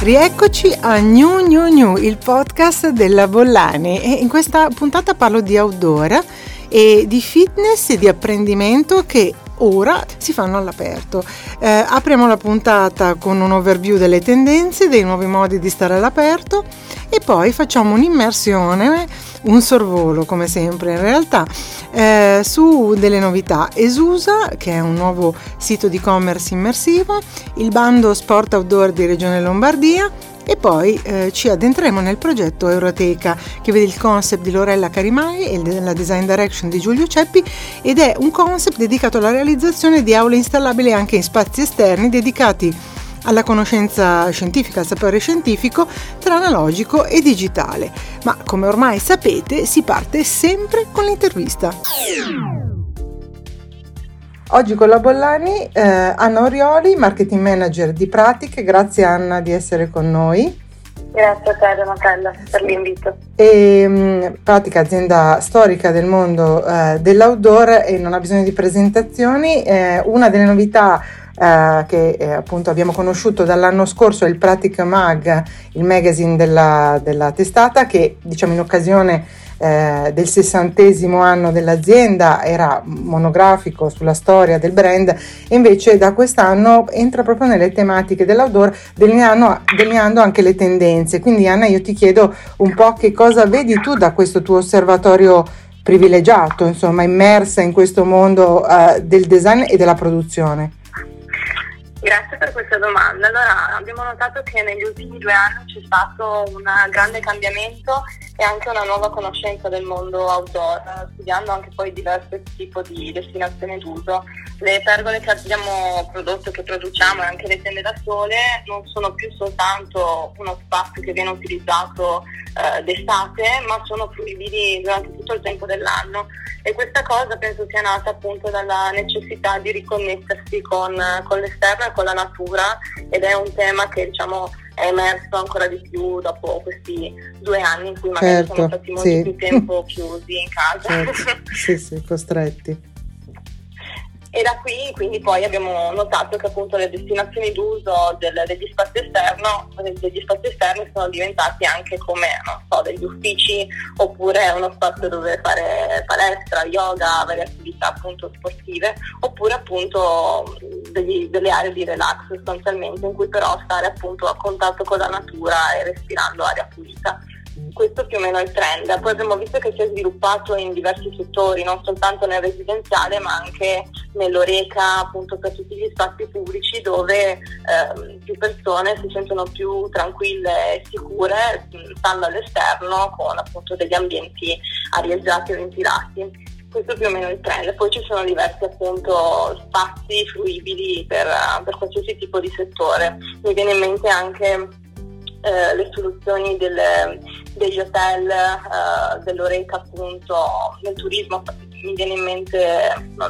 Rieccoci a New, il podcast della Bollani, e in questa puntata parlo di outdoor e di fitness e di apprendimento che ora si fanno all'aperto. Apriamo la puntata con un overview delle tendenze, dei nuovi modi di stare all'aperto e poi facciamo un'immersione, un sorvolo come sempre in realtà, su delle novità. Esusa, che è un nuovo sito di e-commerce immersivo, il bando Sport Outdoor di Regione Lombardia e poi ci addentreremo nel progetto Euroteca, che vede il concept di Lorella Carimai e la design direction di Giulio Ceppi, ed è un concept dedicato alla realizzazione di aule installabili anche in spazi esterni dedicati alla conoscenza scientifica, al sapere scientifico tra analogico e digitale. Ma come ormai sapete, si parte sempre con l'intervista. Oggi con la Bollani, Anna Orioli, marketing manager di Pratiche. Grazie Anna di essere con noi. Grazie a te Donatella per l'invito. Pratica, azienda storica del mondo dell'outdoor e non ha bisogno di presentazioni. Una delle novità che appunto abbiamo conosciuto dall'anno scorso è il Pratic Mag, il magazine della testata, che diciamo in occasione del 60° anno dell'azienda era monografico sulla storia del brand, e invece da quest'anno entra proprio nelle tematiche dell'outdoor, delineando anche le tendenze. Quindi Anna, io ti chiedo un po' che cosa vedi tu da questo tuo osservatorio privilegiato, insomma immersa in questo mondo del design e della produzione. Grazie per questa domanda. Allora, abbiamo notato che negli ultimi 2 anni c'è stato un grande cambiamento e anche una nuova conoscenza del mondo outdoor, studiando anche poi diversi tipi di destinazioni d'uso. Le pergole che abbiamo prodotto, che produciamo, e anche le tende da sole non sono più soltanto uno spazio che viene utilizzato d'estate, ma sono fruibili durante tutto il tempo dell'anno, e questa cosa penso sia nata appunto dalla necessità di riconnettersi con l'esterno e con la natura, ed è un tema che diciamo è emerso ancora di più dopo questi 2 anni in cui magari siamo stati molto più tempo chiusi in casa. Sì, costretti. E da qui quindi poi abbiamo notato che appunto le destinazioni d'uso degli spazi esterni sono diventati anche come, degli uffici, oppure uno spazio dove fare palestra, yoga, varie attività appunto sportive, oppure appunto delle aree di relax sostanzialmente, in cui però stare appunto a contatto con la natura e respirando aria pulita. Questo più o meno è il trend. Poi abbiamo visto che si è sviluppato in diversi settori, non soltanto nel residenziale ma anche nell'oreca, appunto per tutti gli spazi pubblici, dove più persone si sentono più tranquille e sicure stando all'esterno con appunto degli ambienti arieggiati e ventilati. Questo è più o meno il trend. Poi ci sono diversi appunto spazi fruibili per qualsiasi tipo di settore. Mi viene in mente anche le soluzioni degli hotel, dell'oreca appunto, nel turismo. Mi viene in mente,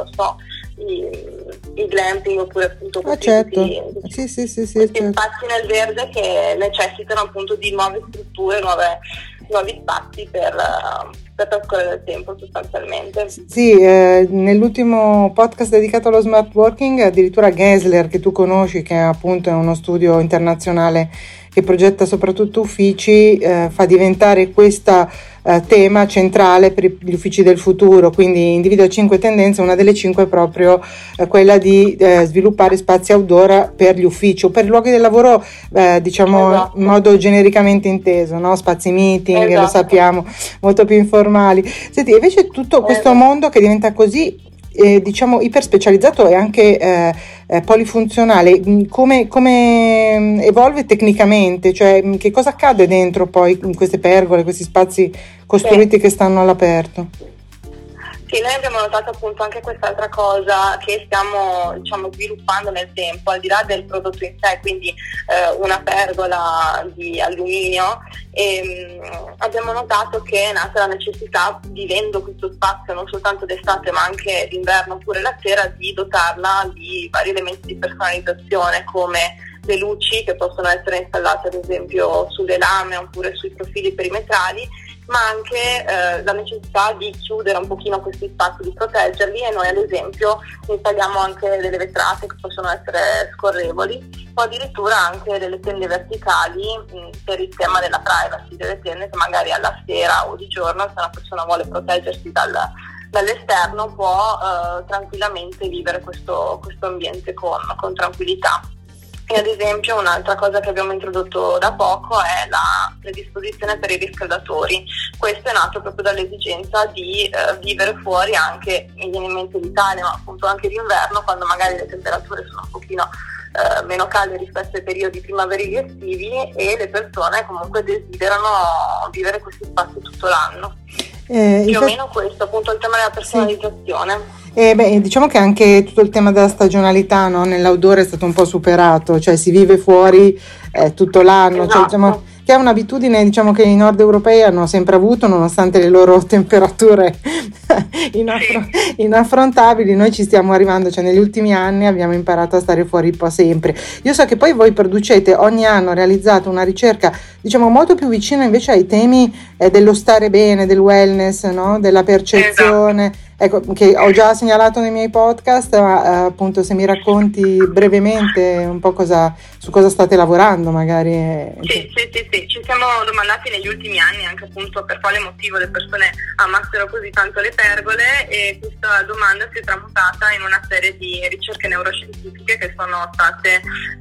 i glamping, oppure appunto questi sì, spazi nel verde che necessitano appunto di nuove strutture, nuovi spazi per trascorrere il tempo sostanzialmente. Sì, nell'ultimo podcast dedicato allo smart working, addirittura Gensler, che tu conosci, che appunto è uno studio internazionale che progetta soprattutto uffici, fa diventare questo tema centrale per gli uffici del futuro, quindi individua 5 tendenze, una delle 5 è proprio quella di sviluppare spazi outdoor per gli uffici o per i luoghi del lavoro, Esatto. in modo genericamente inteso, no? Spazi meeting, Esatto. Lo sappiamo, molto più informali. Senti, invece tutto questo mondo che diventa così iperspecializzato e anche polifunzionale, come evolve tecnicamente, cioè che cosa accade dentro poi in queste pergole, questi spazi costruiti che stanno all'aperto? Sì, noi abbiamo notato appunto anche quest'altra cosa che stiamo sviluppando nel tempo, al di là del prodotto in sé, quindi una pergola di alluminio, e abbiamo notato che è nata la necessità, vivendo questo spazio non soltanto d'estate ma anche d'inverno oppure la sera, di dotarla di vari elementi di personalizzazione, come le luci che possono essere installate ad esempio sulle lame oppure sui profili perimetrali, ma anche la necessità di chiudere un pochino questi spazi, di proteggerli, e noi ad esempio installiamo anche delle vetrate che possono essere scorrevoli o addirittura anche delle tende verticali per il tema della privacy, delle tende che magari alla sera o di giorno, se una persona vuole proteggersi dall'esterno, può tranquillamente vivere questo ambiente con tranquillità. E ad esempio un'altra cosa che abbiamo introdotto da poco è la predisposizione per i riscaldatori. Questo è nato proprio dall'esigenza di vivere fuori anche, mi viene in mente l'Italia, ma appunto anche d'inverno, quando magari le temperature sono un pochino meno calde rispetto ai periodi primaverili e estivi, e le persone comunque desiderano vivere questi spazi tutto l'anno. Più o meno questo, appunto il tema della personalizzazione. Diciamo che anche tutto il tema della stagionalità, no? Nell'outdoor è stato un po' superato, cioè si vive fuori tutto l'anno, esatto. Cioè, diciamo, che è un'abitudine, diciamo, che i nord europei hanno sempre avuto, nonostante le loro temperature inaffrontabili. Noi ci stiamo arrivando, cioè negli ultimi anni abbiamo imparato a stare fuori un po' sempre. Io so che poi voi producete ogni anno, realizzate una ricerca, diciamo, molto più vicina invece ai temi dello stare bene, del wellness, no? Della percezione. Esatto. Ecco, che ho già segnalato nei miei podcast, ma appunto se mi racconti brevemente un po' su cosa state lavorando magari. Sì, ci siamo domandati negli ultimi anni anche appunto per quale motivo le persone amassero così tanto le pergole, e questa domanda si è tramutata in una serie di ricerche neuroscientifiche che sono state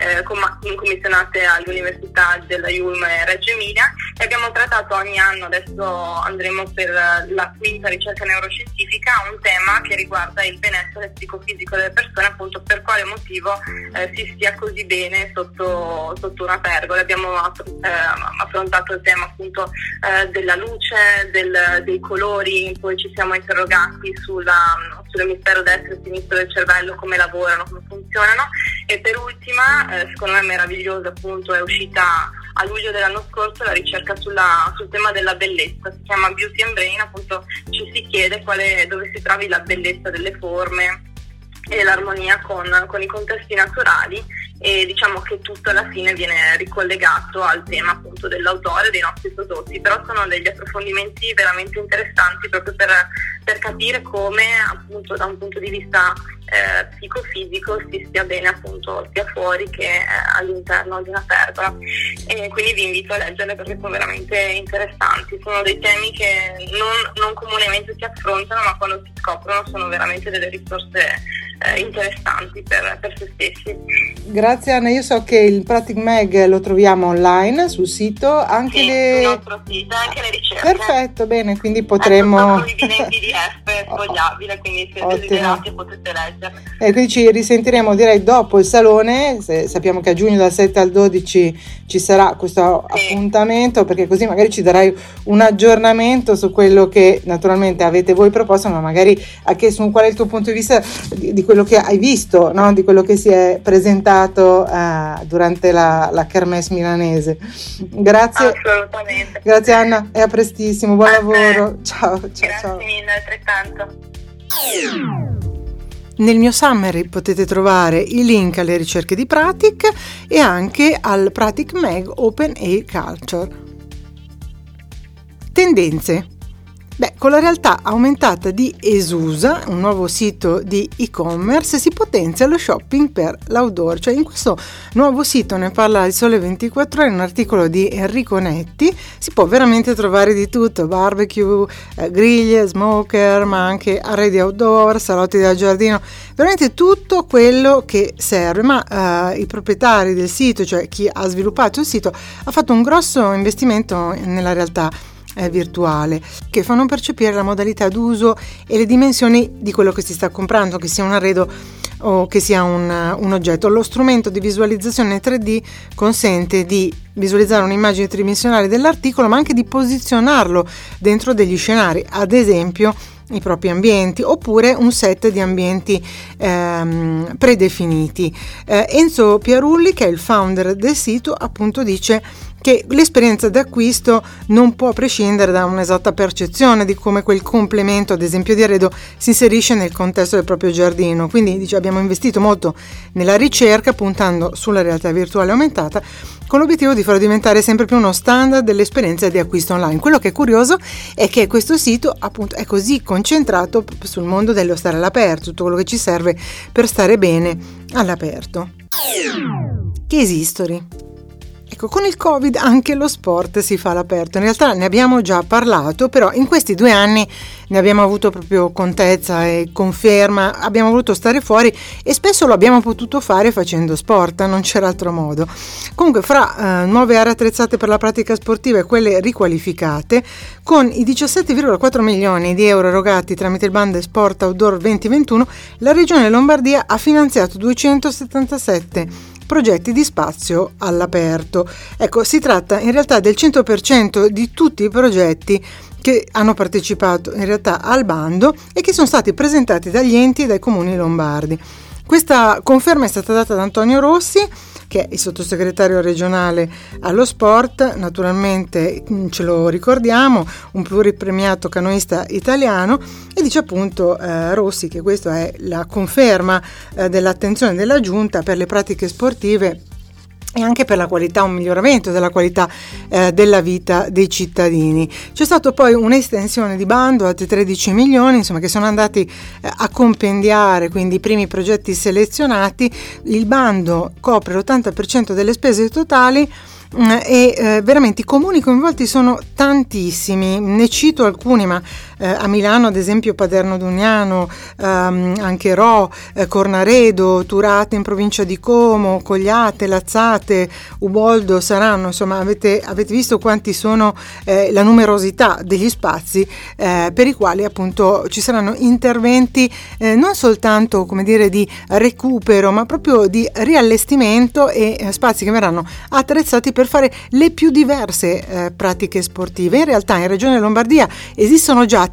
commissionate all'Università della IULM e Reggio Emilia, e abbiamo trattato ogni anno, adesso andremo per la quinta ricerca neuroscientifica, un tema che riguarda il benessere psicofisico delle persone, appunto per quale motivo si stia così bene sotto una pergola. Abbiamo affrontato il tema appunto della luce, dei colori, poi ci siamo interrogati sull'emisfero destro e sinistro del cervello, come lavorano, come funzionano, e per ultima, secondo me meravigliosa, appunto è uscita a luglio dell'anno scorso la ricerca sul tema della bellezza. Si chiama Beauty and Brain, appunto ci si chiede dove si trovi la bellezza delle forme e l'armonia con i contesti naturali, e diciamo che tutto alla fine viene ricollegato al tema appunto dell'outdoor e dei nostri prodotti, però sono degli approfondimenti veramente interessanti proprio per capire come appunto da un punto di vista psicofisico si stia bene appunto sia fuori che all'interno di una pergola, e quindi vi invito a leggerle perché sono veramente interessanti. Sono dei temi che non comunemente si affrontano, ma quando si scoprono sono veramente delle risorse interessanti per se stessi. Grazie Anna, io so che il Pratic Mag lo troviamo online sul sito, anche sul nostro sito, anche le ricerche. Perfetto, bene, quindi potremo disponibile in PDF sfogliabile, quindi se desiderate potete leggere. Quindi ci risentiremo, direi, dopo il salone. Sappiamo che a giugno dal 7 al 12 ci sarà questo appuntamento, perché così magari ci darai un aggiornamento su quello che naturalmente avete voi proposto, ma magari anche su qual è il tuo punto di vista di quello che hai visto, no? Di quello che si è presentato durante la kermesse milanese. Grazie. Assolutamente. Grazie Anna, e a prestissimo, buon lavoro. Ciao. Grazie mille, altrettanto. Nel mio summary potete trovare i link alle ricerche di Pratic e anche al Pratic Mag Open Air Culture. Tendenze. Con la realtà aumentata di Esusa, un nuovo sito di e-commerce, si potenzia lo shopping per l'outdoor. Cioè, in questo nuovo sito, ne parla il Sole 24 Ore, in un articolo di Enrico Netti, si può veramente trovare di tutto: barbecue, griglie, smoker, ma anche arredi outdoor, salotti da giardino, veramente tutto quello che serve. Ma i proprietari del sito, cioè chi ha sviluppato il sito, ha fatto un grosso investimento nella realtà virtuale, che fanno percepire la modalità d'uso e le dimensioni di quello che si sta comprando, che sia un arredo o che sia un oggetto. Lo strumento di visualizzazione 3D consente di visualizzare un'immagine tridimensionale dell'articolo, ma anche di posizionarlo dentro degli scenari, ad esempio i propri ambienti oppure un set di ambienti predefiniti. Enzo Piarulli, che è il founder del sito, appunto dice che l'esperienza d'acquisto non può prescindere da un'esatta percezione di come quel complemento, ad esempio di arredo, si inserisce nel contesto del proprio giardino. Quindi abbiamo investito molto nella ricerca, puntando sulla realtà virtuale aumentata, con l'obiettivo di farlo diventare sempre più uno standard dell'esperienza di acquisto online. Quello che è curioso è che questo sito appunto è così concentrato sul mondo dello stare all'aperto, tutto quello che ci serve per stare bene all'aperto. Case history. Ecco, con il Covid anche lo sport si fa all'aperto. In realtà ne abbiamo già parlato, però in questi 2 anni ne abbiamo avuto proprio contezza e conferma. Abbiamo voluto stare fuori e spesso lo abbiamo potuto fare facendo sport, non c'era altro modo. Comunque, fra nuove aree attrezzate per la pratica sportiva e quelle riqualificate, con i 17,4 milioni di euro erogati tramite il bando Sport Outdoor 2021, la Regione Lombardia ha finanziato 277 progetti di spazio all'aperto. Ecco, si tratta in realtà del 100% di tutti i progetti che hanno partecipato in realtà al bando e che sono stati presentati dagli enti e dai comuni lombardi. Questa conferma è stata data da Antonio Rossi, che è il sottosegretario regionale allo sport, naturalmente ce lo ricordiamo, un pluripremiato canoista italiano, e dice appunto Rossi che questa è la conferma dell'attenzione della Giunta per le pratiche sportive e anche per la qualità, un miglioramento della qualità della vita dei cittadini. C'è stato poi un'estensione di bando, altri 13 milioni, insomma, che sono andati a compendiare quindi i primi progetti selezionati. Il bando copre l'80% delle spese totali e veramente i comuni coinvolti sono tantissimi. Ne cito alcuni, ma a Milano ad esempio Paderno Dugnano, anche Ro, Cornaredo, Turate in provincia di Como, Cogliate, Lazzate, Uboldo, Saranno, insomma avete visto quanti sono la numerosità degli spazi per i quali appunto ci saranno interventi non soltanto, come dire, di recupero, ma proprio di riallestimento e spazi che verranno attrezzati per fare le più diverse pratiche sportive. In realtà in Regione Lombardia esistono già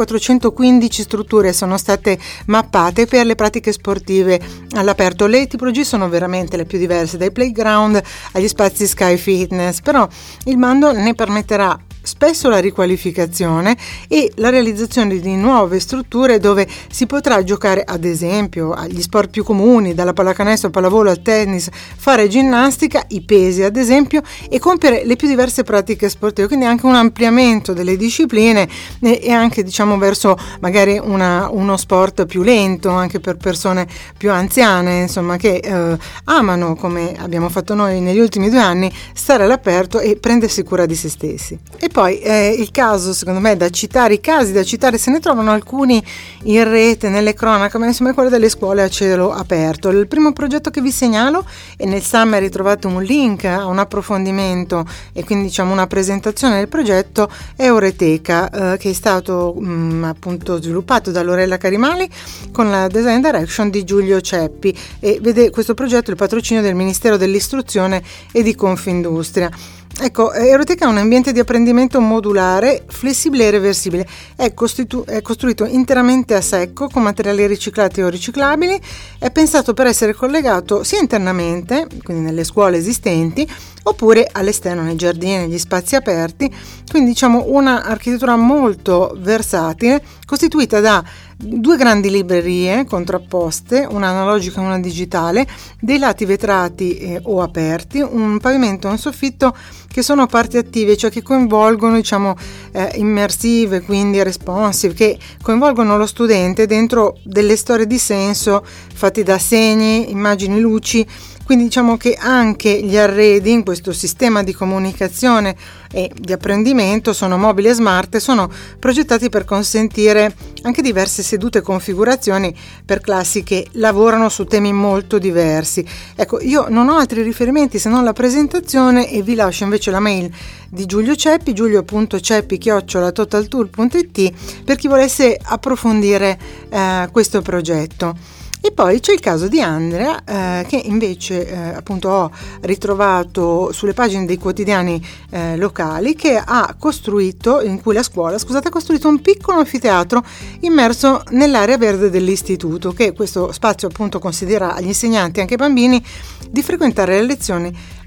3.415 strutture, sono state mappate per le pratiche sportive all'aperto. Le tipologie sono veramente le più diverse, dai playground agli spazi Sky Fitness, però il bando ne permetterà spesso la riqualificazione e la realizzazione di nuove strutture dove si potrà giocare ad esempio agli sport più comuni, dalla pallacanestro al pallavolo al tennis, fare ginnastica, i pesi ad esempio, e compiere le più diverse pratiche sportive, quindi anche un ampliamento delle discipline e anche diciamo verso magari uno sport più lento anche per persone più anziane, insomma, che amano, come abbiamo fatto noi negli ultimi 2 anni, stare all'aperto e prendersi cura di se stessi. E poi il caso, secondo me, i casi da citare, se ne trovano alcuni in rete, nelle cronache, ma insomma è quello delle scuole a cielo aperto. Il primo progetto che vi segnalo, e nel summary trovate un link a un approfondimento e quindi diciamo una presentazione del progetto, è Eureteca, che è stato appunto sviluppato da Lorella Carimali con la design direction di Giulio Ceppi e vede questo progetto il patrocinio del Ministero dell'Istruzione e di Confindustria. Ecco, Eureteca è un ambiente di apprendimento modulare, flessibile e reversibile. È costruito interamente a secco con materiali riciclati o riciclabili. È pensato per essere collegato sia internamente, quindi nelle scuole esistenti, oppure all'esterno, nei giardini, negli spazi aperti. Quindi diciamo una architettura molto versatile, costituita da 2 grandi librerie contrapposte, una analogica e una digitale, dei lati vetrati o aperti, un pavimento e un soffitto che sono parti attive, cioè che coinvolgono diciamo immersive, quindi responsive, che coinvolgono lo studente dentro delle storie di senso fatti da segni, immagini, luci. Quindi diciamo che anche gli arredi in questo sistema di comunicazione e di apprendimento sono mobili e smart e sono progettati per consentire anche diverse sedute e configurazioni per classi che lavorano su temi molto diversi. Ecco, io non ho altri riferimenti se non la presentazione e vi lascio invece la mail di Giulio Ceppi, giulio.ceppi@totaltool.it, per chi volesse approfondire questo progetto. E poi c'è il caso di Andrea che invece appunto ho ritrovato sulle pagine dei quotidiani locali, che ha costruito, in cui la scuola ha costruito un piccolo anfiteatro immerso nell'area verde dell'istituto, che questo spazio appunto considera agli insegnanti e anche ai bambini di frequentare le lezioni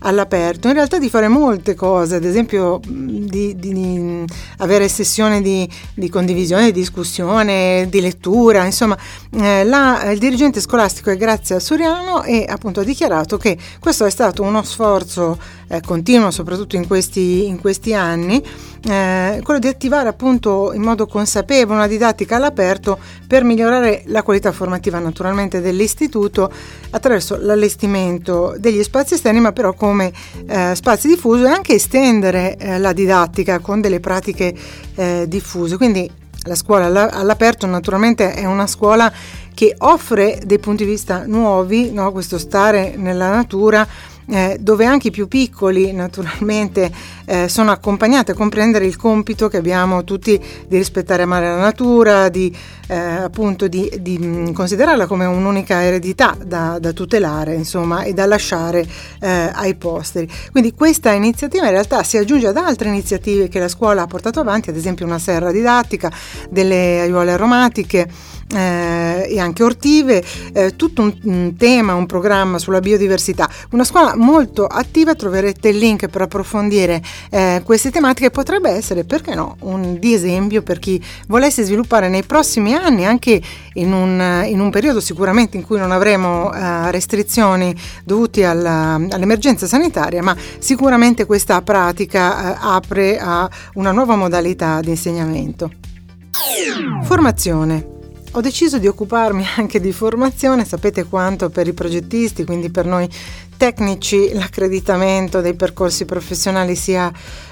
all'aperto, in realtà di fare molte cose, ad esempio di avere sessioni di condivisione, di discussione, di lettura, insomma il dirigente scolastico Grazia Suriano appunto ha dichiarato che questo è stato uno sforzo continuo, soprattutto in questi anni, quello di attivare appunto in modo consapevole una didattica all'aperto per migliorare la qualità formativa naturalmente dell'istituto attraverso l'allestimento degli spazi esterni, ma però come spazi diffusi, e anche estendere la didattica con delle pratiche diffuse. Quindi la scuola all'aperto naturalmente è una scuola che offre dei punti di vista nuovi, no? Questo stare nella natura, dove anche i più piccoli naturalmente sono accompagnati a comprendere il compito che abbiamo tutti di rispettare e amare la natura, appunto di considerarla come un'unica eredità da tutelare, insomma, e da lasciare ai posteri. Quindi questa iniziativa in realtà si aggiunge ad altre iniziative che la scuola ha portato avanti, ad esempio una serra didattica, delle aiuole aromatiche e anche ortive, tutto un tema, un programma sulla biodiversità. Una scuola molto attiva, troverete il link per approfondire queste tematiche. Potrebbe essere, perché no, di esempio per chi volesse sviluppare nei prossimi anni, anche in un periodo sicuramente in cui non avremo restrizioni dovute all'emergenza sanitaria, ma sicuramente questa pratica apre a una nuova modalità di insegnamento. Formazione. Ho deciso di occuparmi anche di formazione, sapete quanto per i progettisti, quindi per noi tecnici, l'accreditamento dei percorsi professionali sia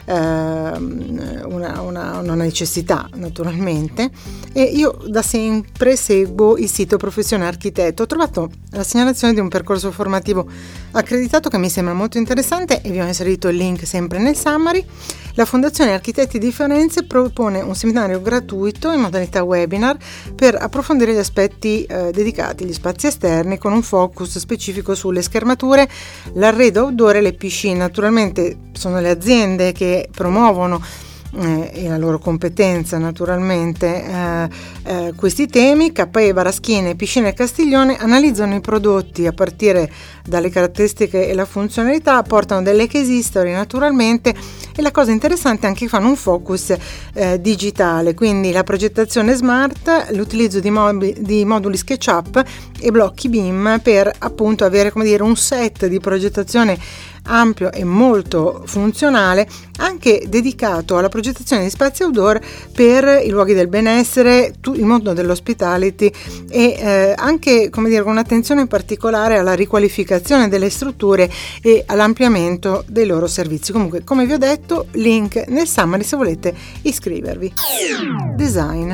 una necessità naturalmente, e io da sempre seguo il sito Professione Architetto. Ho trovato la segnalazione di un percorso formativo accreditato che mi sembra molto interessante e vi ho inserito il link sempre nel summary. La Fondazione Architetti di Firenze propone un seminario gratuito in modalità webinar per approfondire gli aspetti dedicati agli spazi esterni, con un focus specifico sulle schermature, l'arredo outdoor e le piscine. Naturalmente sono le aziende che promuovono e la loro competenza naturalmente questi temi. KE Varaschine, Piscine e Castiglione analizzano i prodotti a partire dalle caratteristiche e la funzionalità, portano delle case history naturalmente, e la cosa interessante è anche che fanno un focus digitale, quindi la progettazione smart, l'utilizzo di moduli SketchUp e blocchi BIM per appunto avere, come dire, un set di progettazione ampio e molto funzionale, anche dedicato alla progettazione di spazi outdoor per i luoghi del benessere, il mondo dell'hospitality, e anche, come dire, con un'attenzione particolare alla riqualificazione delle strutture e all'ampliamento dei loro servizi. Comunque, come vi ho detto, link nel summary se volete iscrivervi. Design.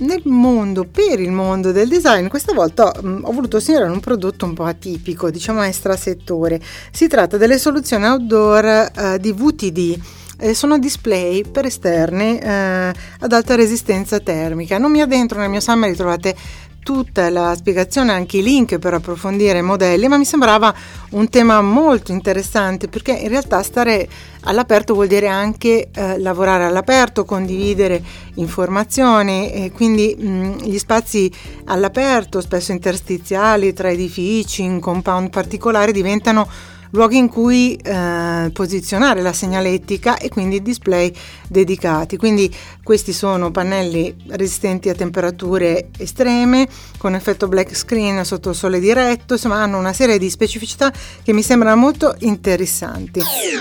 Per il mondo del design, questa volta ho voluto segnalare un prodotto un po' atipico, diciamo extrasettore. Si tratta delle soluzioni outdoor di VTD. Sono display per esterni ad alta resistenza termica. Non mi addentro nel mio summary, trovate tutta la spiegazione, anche i link per approfondire i modelli, ma mi sembrava un tema molto interessante, perché in realtà stare all'aperto vuol dire anche lavorare all'aperto, condividere informazioni, e quindi gli spazi all'aperto, spesso interstiziali tra edifici, in compound particolari, diventano luoghi in cui posizionare la segnaletica e quindi display dedicati. Quindi questi sono pannelli resistenti a temperature estreme, con effetto black screen sotto il sole diretto, insomma hanno una serie di specificità che mi sembrano molto interessanti.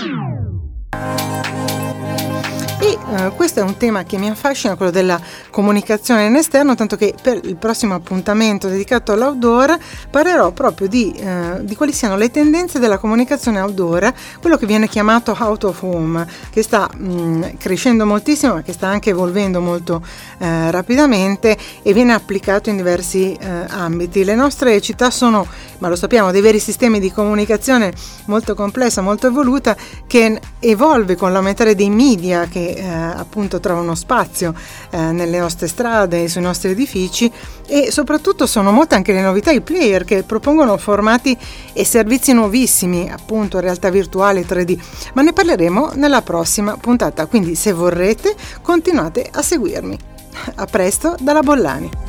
E questo è un tema che mi affascina, quello della comunicazione in esterno, tanto che per il prossimo appuntamento dedicato all'outdoor parlerò proprio di quali siano le tendenze della comunicazione outdoor, quello che viene chiamato out of home, che sta crescendo moltissimo, ma che sta anche evolvendo molto rapidamente e viene applicato in diversi ambiti. Le nostre città sono, ma lo sappiamo, dei veri sistemi di comunicazione molto complessa, molto evoluta, che evolve con l'aumentare dei media che appunto trovano spazio nelle nostre strade, sui nostri edifici, e soprattutto sono molte anche le novità, i player che propongono formati e servizi nuovissimi, appunto realtà virtuale 3D, ma ne parleremo nella prossima puntata, quindi se vorrete continuate a seguirmi. A presto dalla Bollani.